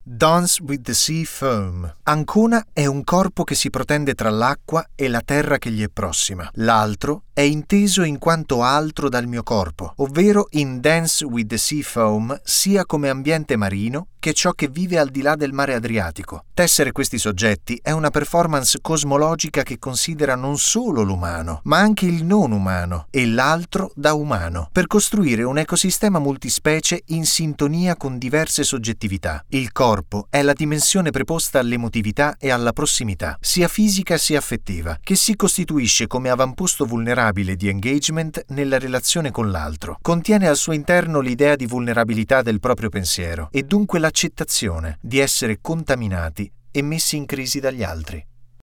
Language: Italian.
Dance with the Sea Foam. Ancona è un corpo che si protende tra l'acqua e la terra che gli è prossima. L'altro è inteso in quanto altro dal mio corpo, ovvero in Dance with the Sea Foam sia come ambiente marino che ciò che vive al di là del mare Adriatico. Tessere questi soggetti è una performance cosmologica che considera non solo l'umano, ma anche il non umano e l'altro da umano, per costruire un ecosistema multispecie in sintonia con diverse soggettività. Il corpo è la dimensione preposta all'emotività e alla prossimità, sia fisica sia affettiva, che si costituisce come avamposto vulnerabile di engagement nella relazione con l'altro. Contiene al suo interno l'idea di vulnerabilità del proprio pensiero e dunque l'accettazione di essere contaminati e messi in crisi dagli altri.